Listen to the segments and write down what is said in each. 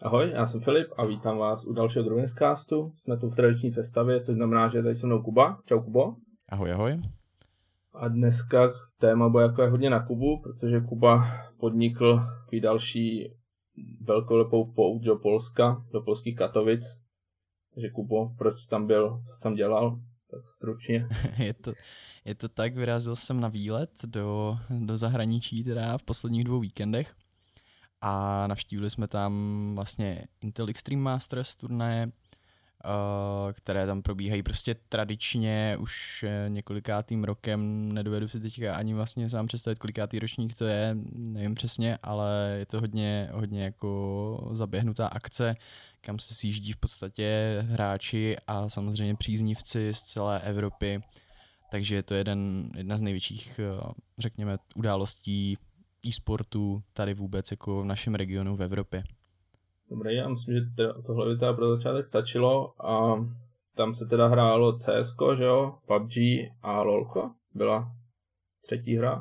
Ahoj, já jsem Filip a vítám vás u dalšího Druinscastu. Jsme tu v tradiční sestavě, což znamená, že je tady se mnou Kuba. Čau Kubo. Ahoj, ahoj. A dneska téma bude jako hodně na Kubu, protože Kuba podnikl takový další velkolepou pouť do Polska, do polských Katovic. Takže Kubo, proč jsi tam byl, co jsi tam dělal? Tak stručně. je to tak, vyrazil jsem na výlet do zahraničí teda v posledních 2 víkendech a navštívili jsme tam vlastně Intel Extreme Masters turnaje, které tam probíhají prostě tradičně už několikátým rokem, nedovedu si teďka ani vlastně sám představit, kolikátý ročník to je, nevím přesně, ale je to hodně jako zaběhnutá akce, kam se sjíždí v podstatě hráči a samozřejmě příznivci z celé Evropy, takže je to jedna z největších, řekněme, událostí e-sportu tady vůbec jako v našem regionu v Evropě. Dobrý, já myslím, že tohle by teda pro začátek stačilo a tam se teda hrálo CSko, že jo, PUBG a LOLko byla třetí hra.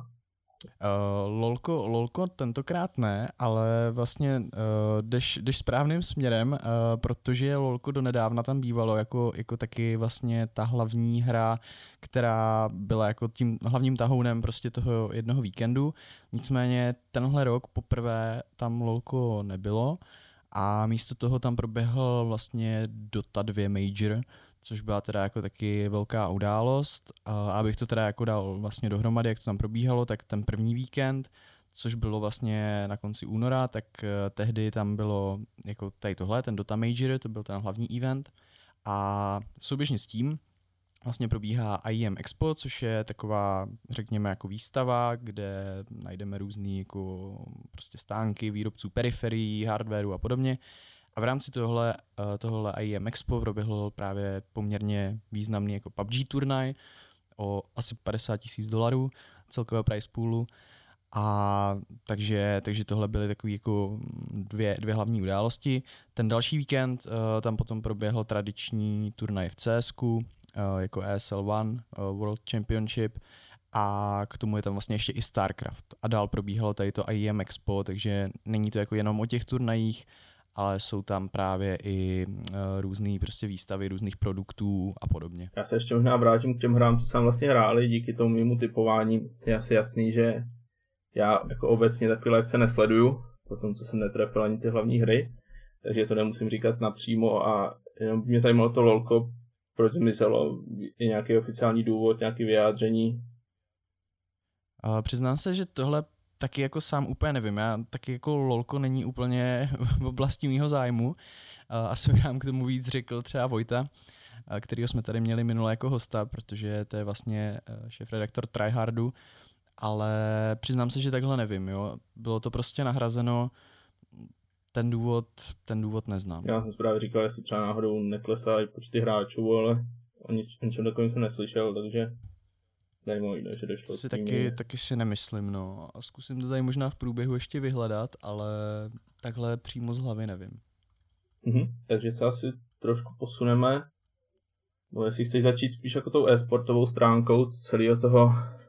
LOLko tentokrát ne, ale vlastně jdeš správným směrem, protože LOLko donedávna tam bývalo jako taky vlastně ta hlavní hra, která byla jako tím hlavním tahounem prostě toho jednoho víkendu. Nicméně tenhle rok poprvé tam LOLko nebylo a místo toho tam proběhl vlastně Dota 2 Major, což byla teda jako taky velká událost. A abych to teda jako dal vlastně dohromady, jak to tam probíhalo, tak ten první víkend, což bylo vlastně na konci února, tak tehdy tam bylo jako tady tohle, ten Dota Major, to byl ten hlavní event. A souběžně s tím vlastně probíhá IEM Expo, což je taková, řekněme, jako výstava, kde najdeme různý jako prostě stánky výrobců periferií, hardwareu a podobně. A v rámci tohle IEM Expo proběhl právě poměrně významný jako PUBG turnaj o asi $50,000 celkového prize poolu. A takže tohle byly takové jako dvě hlavní události. Ten další víkend tam potom proběhl tradiční turnaj v CSku, jako ESL One World Championship, a k tomu je tam vlastně ještě i StarCraft. A dál probíhalo tady to IEM Expo, takže není to jako jenom o těch turnajích, ale jsou tam právě i různý prostě výstavy různých produktů a podobně. Já se ještě možná vrátím k těm hrám, co jsem vlastně hráli, díky tomu mému typování. Je asi jasný, že já jako obecně takové akce nesleduju, potom co jsem netrefil ani ty hlavní hry, takže to nemusím říkat napřímo a jenom mě zajímalo to LOLko, proč zmizelo, je nějaký oficiální důvod, nějaké vyjádření? Přiznám se, že tohle taky jako sám úplně nevím. Já taky jako LOLko není úplně v oblasti mýho zájmu. Asi bych nám k tomu víc řekl třeba Vojta, kterýho jsme tady měli minule jako hosta, protože to je vlastně šéfredaktor Tryhardu, ale přiznám se, že takhle nevím. Jo. Bylo to prostě nahrazeno, ten důvod neznám. Já jsem právě říkal, jestli třeba náhodou neklesají počty hráčů, ale o ničem takovým jsem neslyšel, takže nemožné, že došlo. Taky si nemyslím, no. A zkusím to tady možná v průběhu ještě vyhledat, ale takhle přímo z hlavy nevím. Takže se asi trošku posuneme, no jestli chceš začít spíš jako tou e-sportovou stránkou celého toho,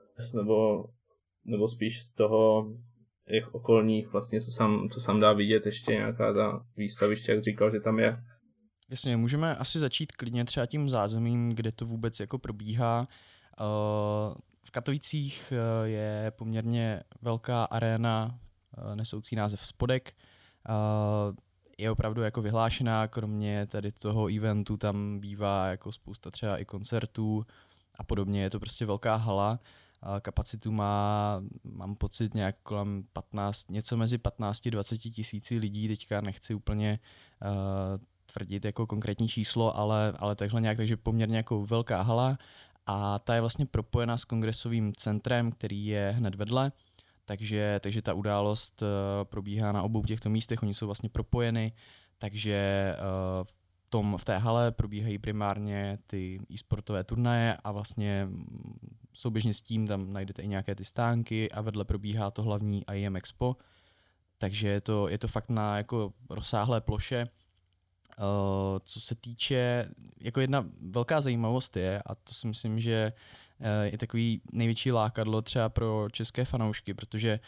nebo spíš z toho těch okolních vlastně, co sám dá vidět, ještě nějaká ta výstaviště, jak říkal, že tam je. Jasně, můžeme asi začít klidně třeba tím zázemím, kde to vůbec jako probíhá. V Katovicích je poměrně velká aréna nesoucí název Spodek. Je opravdu jako vyhlášená, kromě tady toho eventu tam bývá jako spousta třeba i koncertů a podobně. Je to prostě velká hala. Kapacitu mám pocit nějak kolem 15, něco mezi 15-20 tisíci lidí, teďka nechci úplně tvrdit jako konkrétní číslo, ale takhle nějak, takže poměrně jako velká hala a ta je vlastně propojena s kongresovým centrem, který je hned vedle, takže ta událost probíhá na obou těchto místech, oni jsou vlastně propojeny, takže v té hale probíhají primárně ty e-sportové turnaje a vlastně souběžně s tím tam najdete i nějaké ty stánky a vedle probíhá to hlavní IEM Expo, takže je to fakt na jako rozsáhlé ploše. Co se týče, jako jedna velká zajímavost je, a to si myslím, že je takový největší lákadlo třeba pro české fanoušky, protože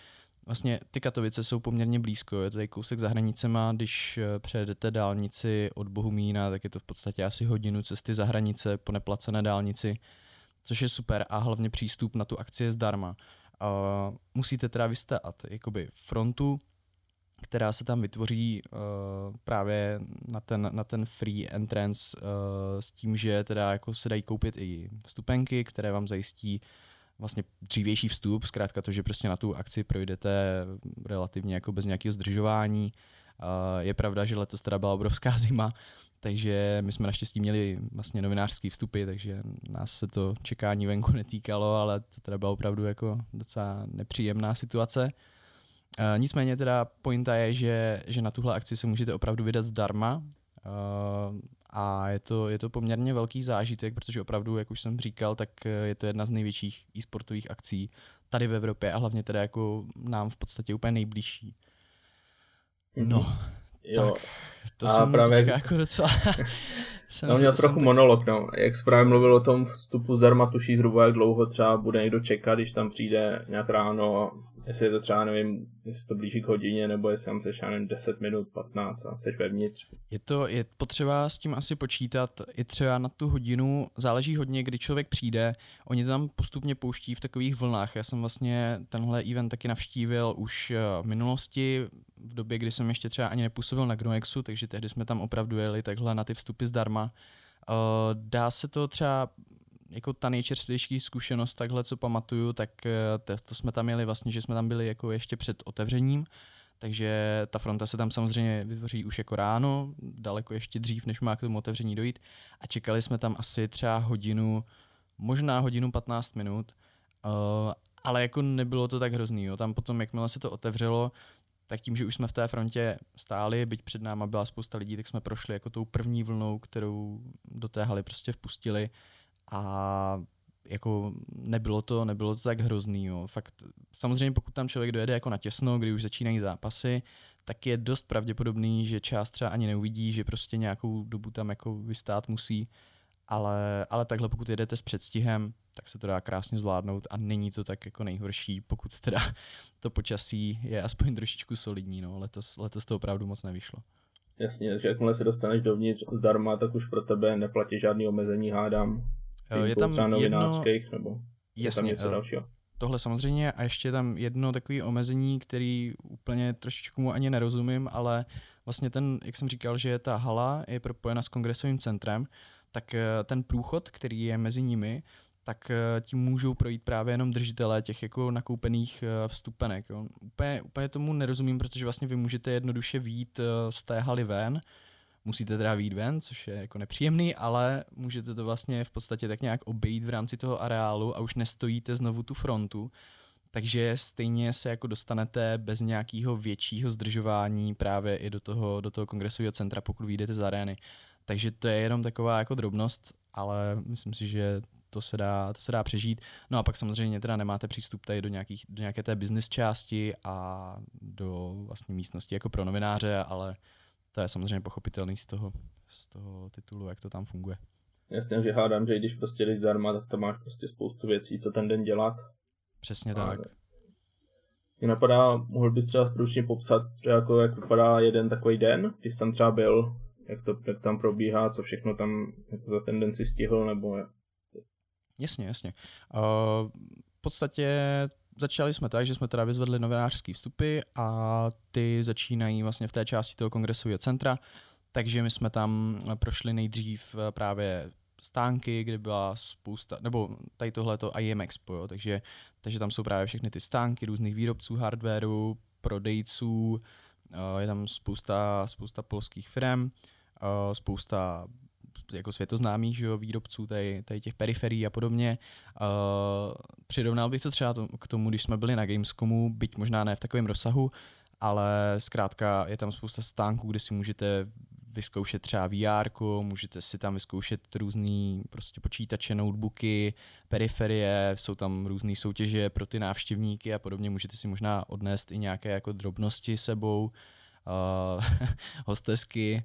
vlastně ty Katovice jsou poměrně blízko, je to tady kousek za hranicema, když přejedete dálnici od Bohumína, tak je to v podstatě asi hodinu cesty za hranice po neplacené dálnici, což je super a hlavně přístup na tu akci je zdarma. Musíte teda vystát jakoby frontu, která se tam vytvoří právě na ten free entrance s tím, že teda jako se dají koupit i vstupenky, které vám zajistí vlastně dřívější vstup, zkrátka to, že prostě na tu akci projdete relativně jako bez nějakého zdržování. Je pravda, že letos teda byla obrovská zima, takže my jsme naštěstí měli vlastně novinářský vstupy, takže nás se to čekání venku netýkalo, ale to teda byla opravdu jako docela nepříjemná situace. Nicméně teda pointa je, že na tuhle akci se můžete opravdu vydat zdarma a je to poměrně velký zážitek, protože opravdu, jak už jsem říkal, tak je to jedna z největších e-sportových akcí tady v Evropě a hlavně teda jako nám v podstatě úplně nejbližší. No, jo. Tak to jsem právě jako docela... Měl trochu monolog, no. Jak jsi právě mluvil o tom vstupu zdarma, tuší zhruba, jak dlouho třeba bude někdo čekat, když tam přijde nějak ráno, jestli je to třeba, nevím, jestli to blíží k hodině, nebo jestli tam seš, nevím, 10 minut, 15 a seš vevnitř. Je potřeba s tím asi počítat i třeba na tu hodinu, záleží hodně, kdy člověk přijde, oni to tam postupně pouští v takových vlnách. Já jsem vlastně tenhle event taky navštívil už v minulosti, v době, kdy jsem ještě třeba ani nepůsobil na Gnoexu, takže tehdy jsme tam opravdu jeli takhle na ty vstupy zdarma. Dá se to třeba jako ta nejčerstvější zkušenost, takhle co pamatuju, tak to jsme tam měli vlastně, že jsme tam byli jako ještě před otevřením, takže ta fronta se tam samozřejmě vytvoří už jako ráno, daleko ještě dřív, než má k tomu otevření dojít a čekali jsme tam asi třeba hodinu, možná hodinu 15 minut, ale jako nebylo to tak hrozný, jo. Tam potom, jakmile se to otevřelo, tak tím, že už jsme v té frontě stáli, byť před náma byla spousta lidí, tak jsme prošli jako tou první vlnou, kterou do té haly prostě vpustili a jako nebylo to tak hrozný, jo. Fakt, samozřejmě pokud tam člověk dojede jako na těsno, kdy už začínají zápasy, tak je dost pravděpodobný, že část třeba ani neuvidí, že prostě nějakou dobu tam jako vystát musí, ale takhle pokud jedete s předstihem, tak se to dá krásně zvládnout a není to tak jako nejhorší, pokud teda to počasí je aspoň trošičku solidní, no. Letos to opravdu moc nevyšlo. Jasně, takže jakmile se dostaneš dovnitř zdarma, tak už pro tebe neplatí žádný omezení, hádám. Je tam třeba novinářských, jedno... nebo jasně, tam něco dalšího. Tohle samozřejmě a ještě je tam jedno takové omezení, který úplně trošičku mu ani nerozumím, ale vlastně ten, jak jsem říkal, že ta hala je propojena s kongresovým centrem, tak ten průchod, který je mezi nimi, tak tím můžou projít právě jenom držitelé těch jako nakoupených vstupenek. Jo. Úplně tomu nerozumím, protože vlastně vy můžete jednoduše vyjít z té haly ven, musíte teda vyjít ven, což je jako nepříjemný, ale můžete to vlastně v podstatě tak nějak obejít v rámci toho areálu a už nestojíte znovu tu frontu, takže stejně se jako dostanete bez nějakého většího zdržování právě i do toho kongresového centra, pokud vyjdete z arény. Takže to je jenom taková jako drobnost, ale myslím si, že to se dá přežít. No a pak samozřejmě teda nemáte přístup tady do nějaké té business části a do vlastně místnosti jako pro novináře, ale to je samozřejmě pochopitelný z toho titulu, jak to tam funguje. Jasně, že hádám, že když prostě jdeš zdarma, tak tam máš prostě spoustu věcí, co ten den dělat. Přesně tak. Mě napadá, mohl bys třeba stručně popsat, jako jak vypadá jeden takový den, když jsem třeba byl, jak tam probíhá, co všechno tam jako za ten den si stihl, nebo... Jasně. V podstatě začali jsme tak, že jsme teda vyzvedli novinářský vstupy a ty začínají vlastně v té části toho kongresového centra, takže my jsme tam prošli nejdřív právě stánky, kde byla spousta, nebo tady tohleto IEM Expo, jo, takže tam jsou právě všechny ty stánky různých výrobců hardwareu, prodejců, je tam spousta polských firm, spousta jako světoznámých, že jo, výrobců tady těch periferií a podobně. Přirovnal bych to třeba k tomu, když jsme byli na Gamescomu, byť možná ne v takovém rozsahu, ale zkrátka je tam spousta stánků, kde si můžete vyzkoušet třeba VR, můžete si tam vyzkoušet různý prostě počítače, notebooky, periferie, jsou tam různé soutěže pro ty návštěvníky a podobně, můžete si možná odnést i nějaké jako drobnosti sebou, hostesky,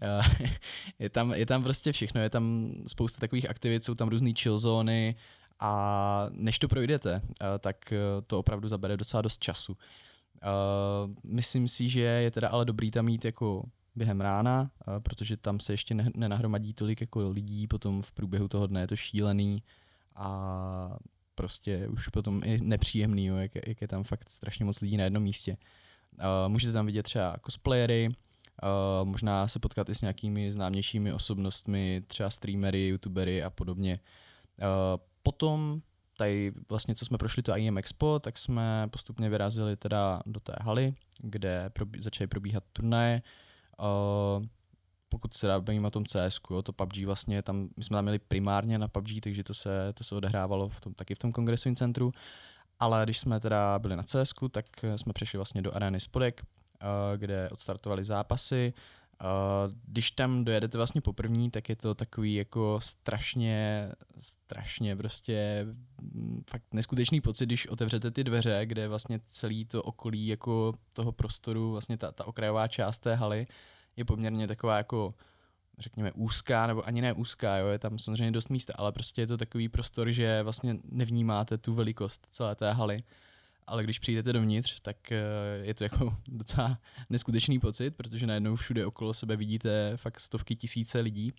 je tam prostě všechno, je tam spousta takových aktivit, jsou tam různý chill zóny a než to projdete, tak to opravdu zabere docela dost času. Myslím si, že je teda ale dobrý tam jít jako během rána, protože tam se ještě nenahromadí tolik jako lidí, potom v průběhu toho dne je to šílený a prostě už potom i nepříjemný, jo, jak je tam fakt strašně moc lidí na jednom místě. Můžete tam vidět třeba cosplayery, možná se potkat i s nějakými známějšími osobnostmi, třeba streamery, youtubery a podobně. Potom tady vlastně, co jsme prošli to IEM Expo, tak jsme postupně vyrazili teda do té haly, kde začaly probíhat turnaje. Pokud se bavíme o tom CSku, to PUBG vlastně, my jsme tam měli primárně na PUBG, takže to se odehrávalo taky v tom kongresovém centru. Ale když jsme teda byli na CSku, tak jsme přešli vlastně do arény Spodek, kde odstartovali zápasy. Když tam dojedete vlastně poprvní, tak je to takový jako strašně prostě fakt neskutečný pocit, když otevřete ty dveře, kde vlastně celý to okolí jako toho prostoru, vlastně ta okrajová část té haly je poměrně taková jako řekněme úzká, nebo ani ne úzká, jo, je tam samozřejmě dost místa, ale prostě je to takový prostor, že vlastně nevnímáte tu velikost celé té haly. Ale když přijdete dovnitř, tak je to jako docela neskutečný pocit, protože najednou všude okolo sebe vidíte fakt stovky tisíce lidí.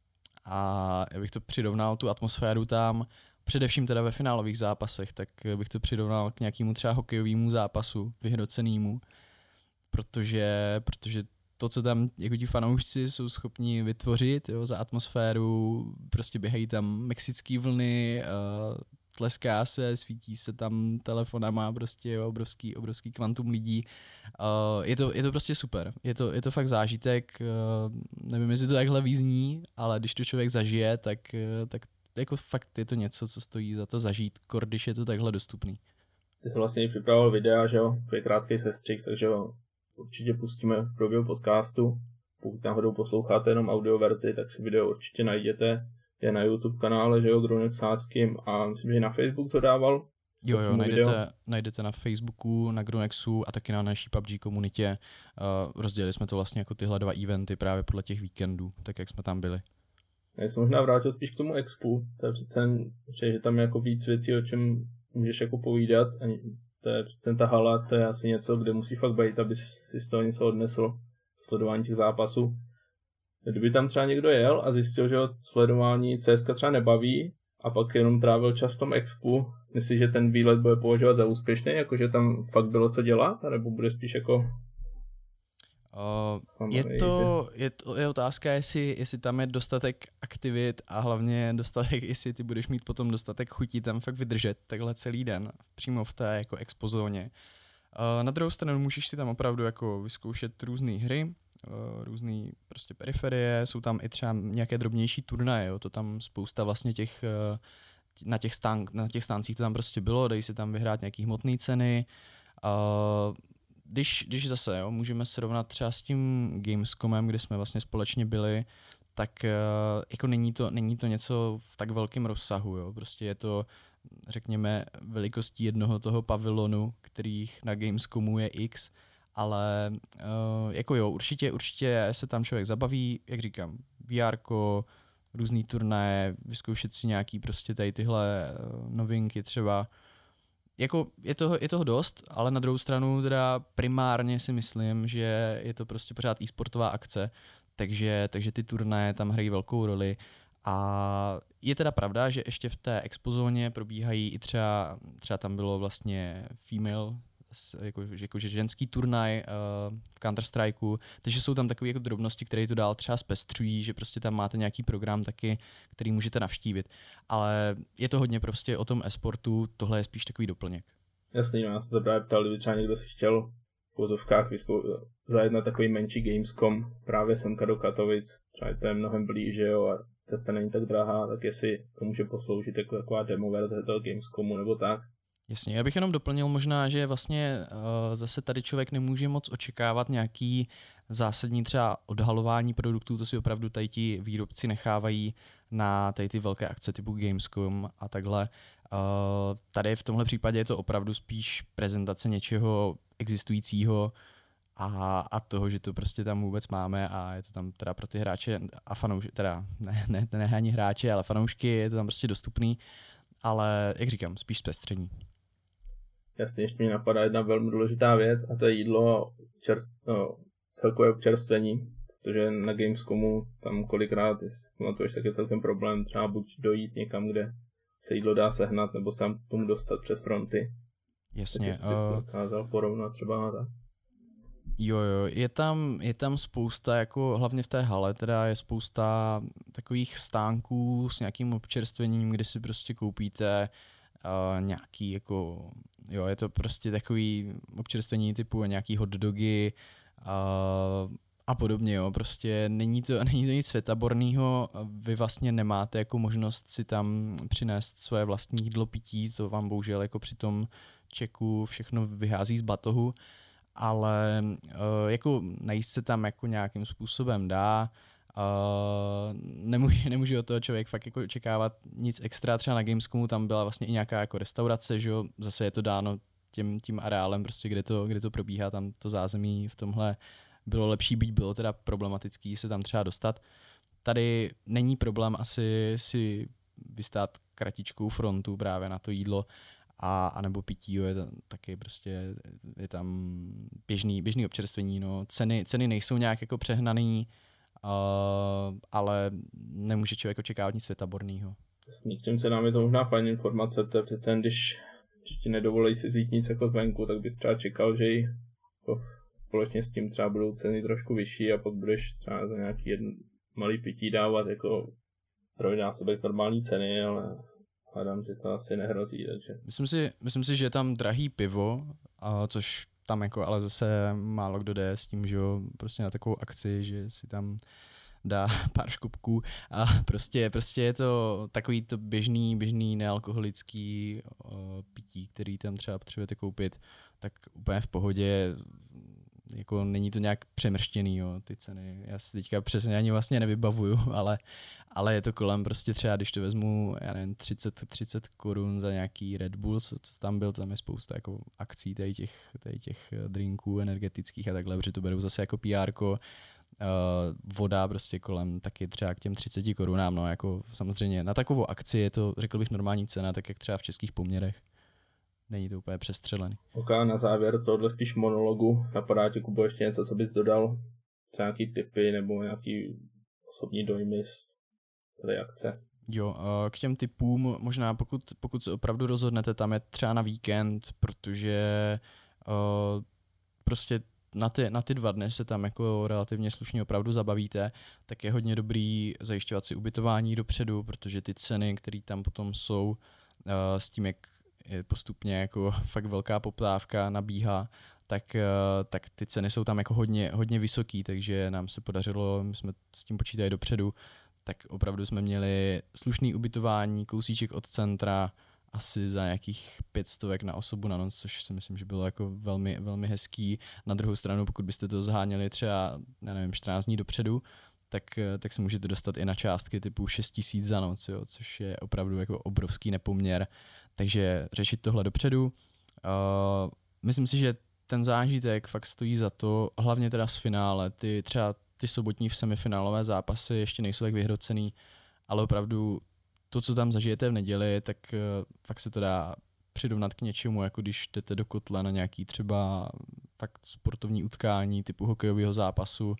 A já bych to přirovnal, tu atmosféru tam, především teda ve finálových zápasech, tak bych to přirovnal k nějakému třeba hokejovému zápasu, vyhrocenému, protože to, co tam jako ti fanoušci jsou schopni vytvořit, jo, za atmosféru, prostě běhají tam mexický vlny, tleská se, svítí se tam telefonama, prostě obrovský kvantum lidí. Je to prostě super. Je to fakt zážitek. Nevím, jestli to takhle význí, ale když to člověk zažije, tak jako fakt je to něco, co stojí za to zažít, když je to takhle dostupný. Ty jsi vlastně připravoval videa, že jo? To je krátký sestřih, takže ho určitě pustíme v průběhu podcastu. Pokud náhodou posloucháte jenom audio verzi, tak si video určitě najděte. Je na YouTube kanále, že jo, Gronek Sáckým, a myslím, že na Facebook to dával. Jo, najdete na Facebooku, na Gronexu a taky na naší PUBG komunitě. Rozdělili jsme to vlastně jako tyhle dva eventy právě podle těch víkendů, tak jak jsme tam byli. Já jsem možná vrátil spíš k tomu expu, to je přece, že tam je jako víc věcí, o čem můžeš jako povídat. To je přece ta hala, to je asi něco, kde musí fakt být, aby si z toho něco odnesl, sledování těch zápasů. Kdyby tam třeba někdo jel a zjistil, že ho sledování CSka třeba nebaví a pak jenom trávil čas v tom expu, myslíš, že ten výlet bude považovat za úspěšný, jakože tam fakt bylo co dělat, nebo bude spíš jako... Je otázka, jestli tam je dostatek aktivit a hlavně dostatek, jestli ty budeš mít potom dostatek chutí tam fakt vydržet takhle celý den, přímo v té jako expozóně. Na druhou stranu můžeš si tam opravdu jako vyzkoušet různé hry, různé prostě periferie, jsou tam i třeba nějaké drobnější turnaje, jo, to tam spousta vlastně na těch stáncích to tam prostě bylo, dají se tam vyhrát nějaký hmotné ceny. Když zase, jo, můžeme srovnat třeba s tím Gamescomem, kde jsme vlastně společně byli, tak jako není to něco v tak velkém rozsahu, jo, prostě je to, řekněme, velikostí jednoho toho pavilonu, kterých na Gamescomu je X, ale jako jo, určitě se tam člověk zabaví, jak říkám, VRko, různý turnaje, vyzkoušet si nějaký prostě tady tyhle novinky třeba. Jako je toho dost, ale na druhou stranu teda primárně si myslím, že je to prostě pořád e-sportová akce, takže ty turnaje tam hrají velkou roli. A je teda pravda, že ještě v té expozóně probíhají i třeba tam bylo vlastně female, jakože ženský turnaj v Counter-Strikeu, takže jsou tam takové jako drobnosti, které to dál třeba zpestřují, že prostě tam máte nějaký program taky, který můžete navštívit. Ale je to hodně prostě o tom e-sportu, tohle je spíš takový doplněk. Jasně, já jsem se právě ptal, kdyby třeba někdo si chtěl v pozovkách zajet na takový menší Gamescom, právě semka do Katovic, třeba to je mnohem blíže, jo, a cesta není tak drahá, tak jestli to může posloužit jako taková demo verze toho Gamescomu nebo tak. Jasně, já bych jenom doplnil možná, že vlastně zase tady člověk nemůže moc očekávat nějaký zásadní třeba odhalování produktů, to si opravdu tady ti výrobci nechávají na tady ty velké akce typu Gamescom a takhle. Tady v tomhle případě je to opravdu spíš prezentace něčeho existujícího a toho, že to prostě tam vůbec máme a je to tam teda pro ty hráče a fanoušky, teda ne ani hráče, ale fanoušky, je to tam prostě dostupný, ale jak říkám, spíš zpestření. jasně, ještě mi napadá jedna velmi důležitá věc a to je jídlo, celkové občerstvení, protože na Gamescomu tam kolikrát, jestli pamatuješ, tak je celkem problém třeba buď dojít někam, kde se jídlo dá sehnat, nebo se k tomu dostat přes fronty. Jasně. Tak jestli bys dokázal porovnat třeba tak. Jo, je tam spousta, jako hlavně v té hale, teda je spousta takových stánků s nějakým občerstvením, kdy si prostě koupíte nějaký jako, jo, je to prostě takový občerstvení typu nějaký hot dogy a podobně, jo, prostě není to nic světaborného, vy vlastně nemáte jako možnost si tam přinést své vlastní jídlo, pití, to vám bohužel jako při tom checku všechno vyhází z batohu, ale jako najíst se tam jako nějakým způsobem dá, nemůže od toho člověk fakt jako očekávat nic extra, třeba na Gamescomu tam byla vlastně i nějaká jako restaurace, že jo, zase je to dáno tím areálem, prostě kde to probíhá, tam to zázemí v tomhle bylo lepší, byť bylo teda problematický se tam třeba dostat. Tady není problém asi si vystát kratičkou frontu právě na to jídlo, a nebo pití, jo, taky prostě je tam běžný občerstvení, no. Ceny nejsou nějak jako přehnaný, ale nemůže člověk očekávat nic světaborného. Jasně, k těm cenám je to možná fajn informace, to je přece, když ti nedovolí si vzít nic jako zvenku, tak bys třeba čekal, že společně s tím třeba budou ceny trošku vyšší a pak budeš třeba za nějaký malý pití dávat jako trojnásobek normální ceny, ale hádám, že to asi nehrozí, takže. Myslím si, že je tam drahý pivo, což tam jako ale zase málo kdo jde s tím, že jo, prostě na takovou akci, že si tam dá pár škupků a prostě je to takový to běžný nealkoholický pití, který tam třeba potřebujete koupit, tak úplně v pohodě, jako není to nějak přemrštěný, jo, ty ceny. Já si teďka přesně ani vlastně nevybavuju, ale je to kolem prostě třeba, když to vezmu, já nevím, 30 korun za nějaký Red Bull, co tam byl, tam je spousta jako akcí tady těch drinků energetických a takhle, protože to berou zase jako PR-ko. Voda prostě kolem taky třeba k těm 30 korunám, no jako samozřejmě na takovou akci je to, řekl bych, normální cena, tak jak třeba v českých poměrech. Není to úplně přestřelený. Ok, na závěr tohle spíš monologu. Napadá ti, Kubo, ještě něco, co bys dodal? Třeba nějaký tipy nebo nějaký osobní dojmy z celé akce? Jo, k těm tipům možná pokud se opravdu rozhodnete, tam je třeba na víkend, protože prostě na ty 2 dny se tam jako relativně slušně opravdu zabavíte, tak je hodně dobrý zajišťovat si ubytování dopředu, protože ty ceny, které tam potom jsou s tím, jak je postupně jako fakt velká poptávka nabíhá, tak ty ceny jsou tam jako hodně vysoký, takže nám se podařilo, my jsme s tím počítali dopředu, tak opravdu jsme měli slušný ubytování, kousíček od centra, asi za nějakých 500 na osobu na noc, což si myslím, že bylo jako velmi, velmi hezký. Na druhou stranu, pokud byste to zháněli třeba, já nevím, 14 dní dopředu, tak se můžete dostat i na částky typu 6 000 za noc, jo, což je opravdu jako obrovský nepoměr. Takže řešit tohle dopředu. Myslím si, že ten zážitek fakt stojí za to, hlavně teda z finále. Třeba ty sobotní semifinálové zápasy ještě nejsou tak vyhrocený, ale opravdu to, co tam zažijete v neděli, tak fakt se to dá přirovnat k něčemu, jako když jdete do kotle na nějaký třeba fakt sportovní utkání typu hokejového zápasu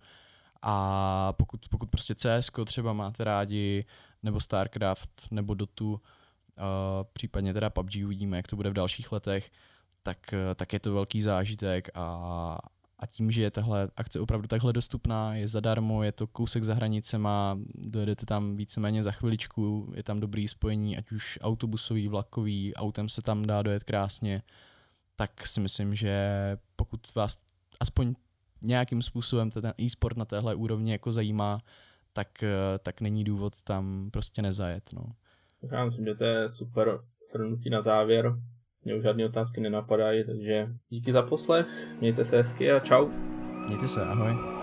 a pokud prostě CSko třeba máte rádi, nebo StarCraft, nebo Dotu, případně teda PUBG, uvidíme, jak to bude v dalších letech, tak je to velký zážitek a tím, že je tahle akce opravdu takhle dostupná, je zadarmo, je to kousek za hranicema, dojedete tam víceméně za chviličku, je tam dobrý spojení, ať už autobusový, vlakový, autem se tam dá dojet krásně, tak si myslím, že pokud vás aspoň nějakým způsobem ten e-sport na téhle úrovni jako zajímá, tak není důvod tam prostě nezajet. No. Já myslím, že to je super shrnutí na závěr. Mě už žádné otázky nenapadají, takže díky za poslech, mějte se hezky a čau. Mějte se, ahoj.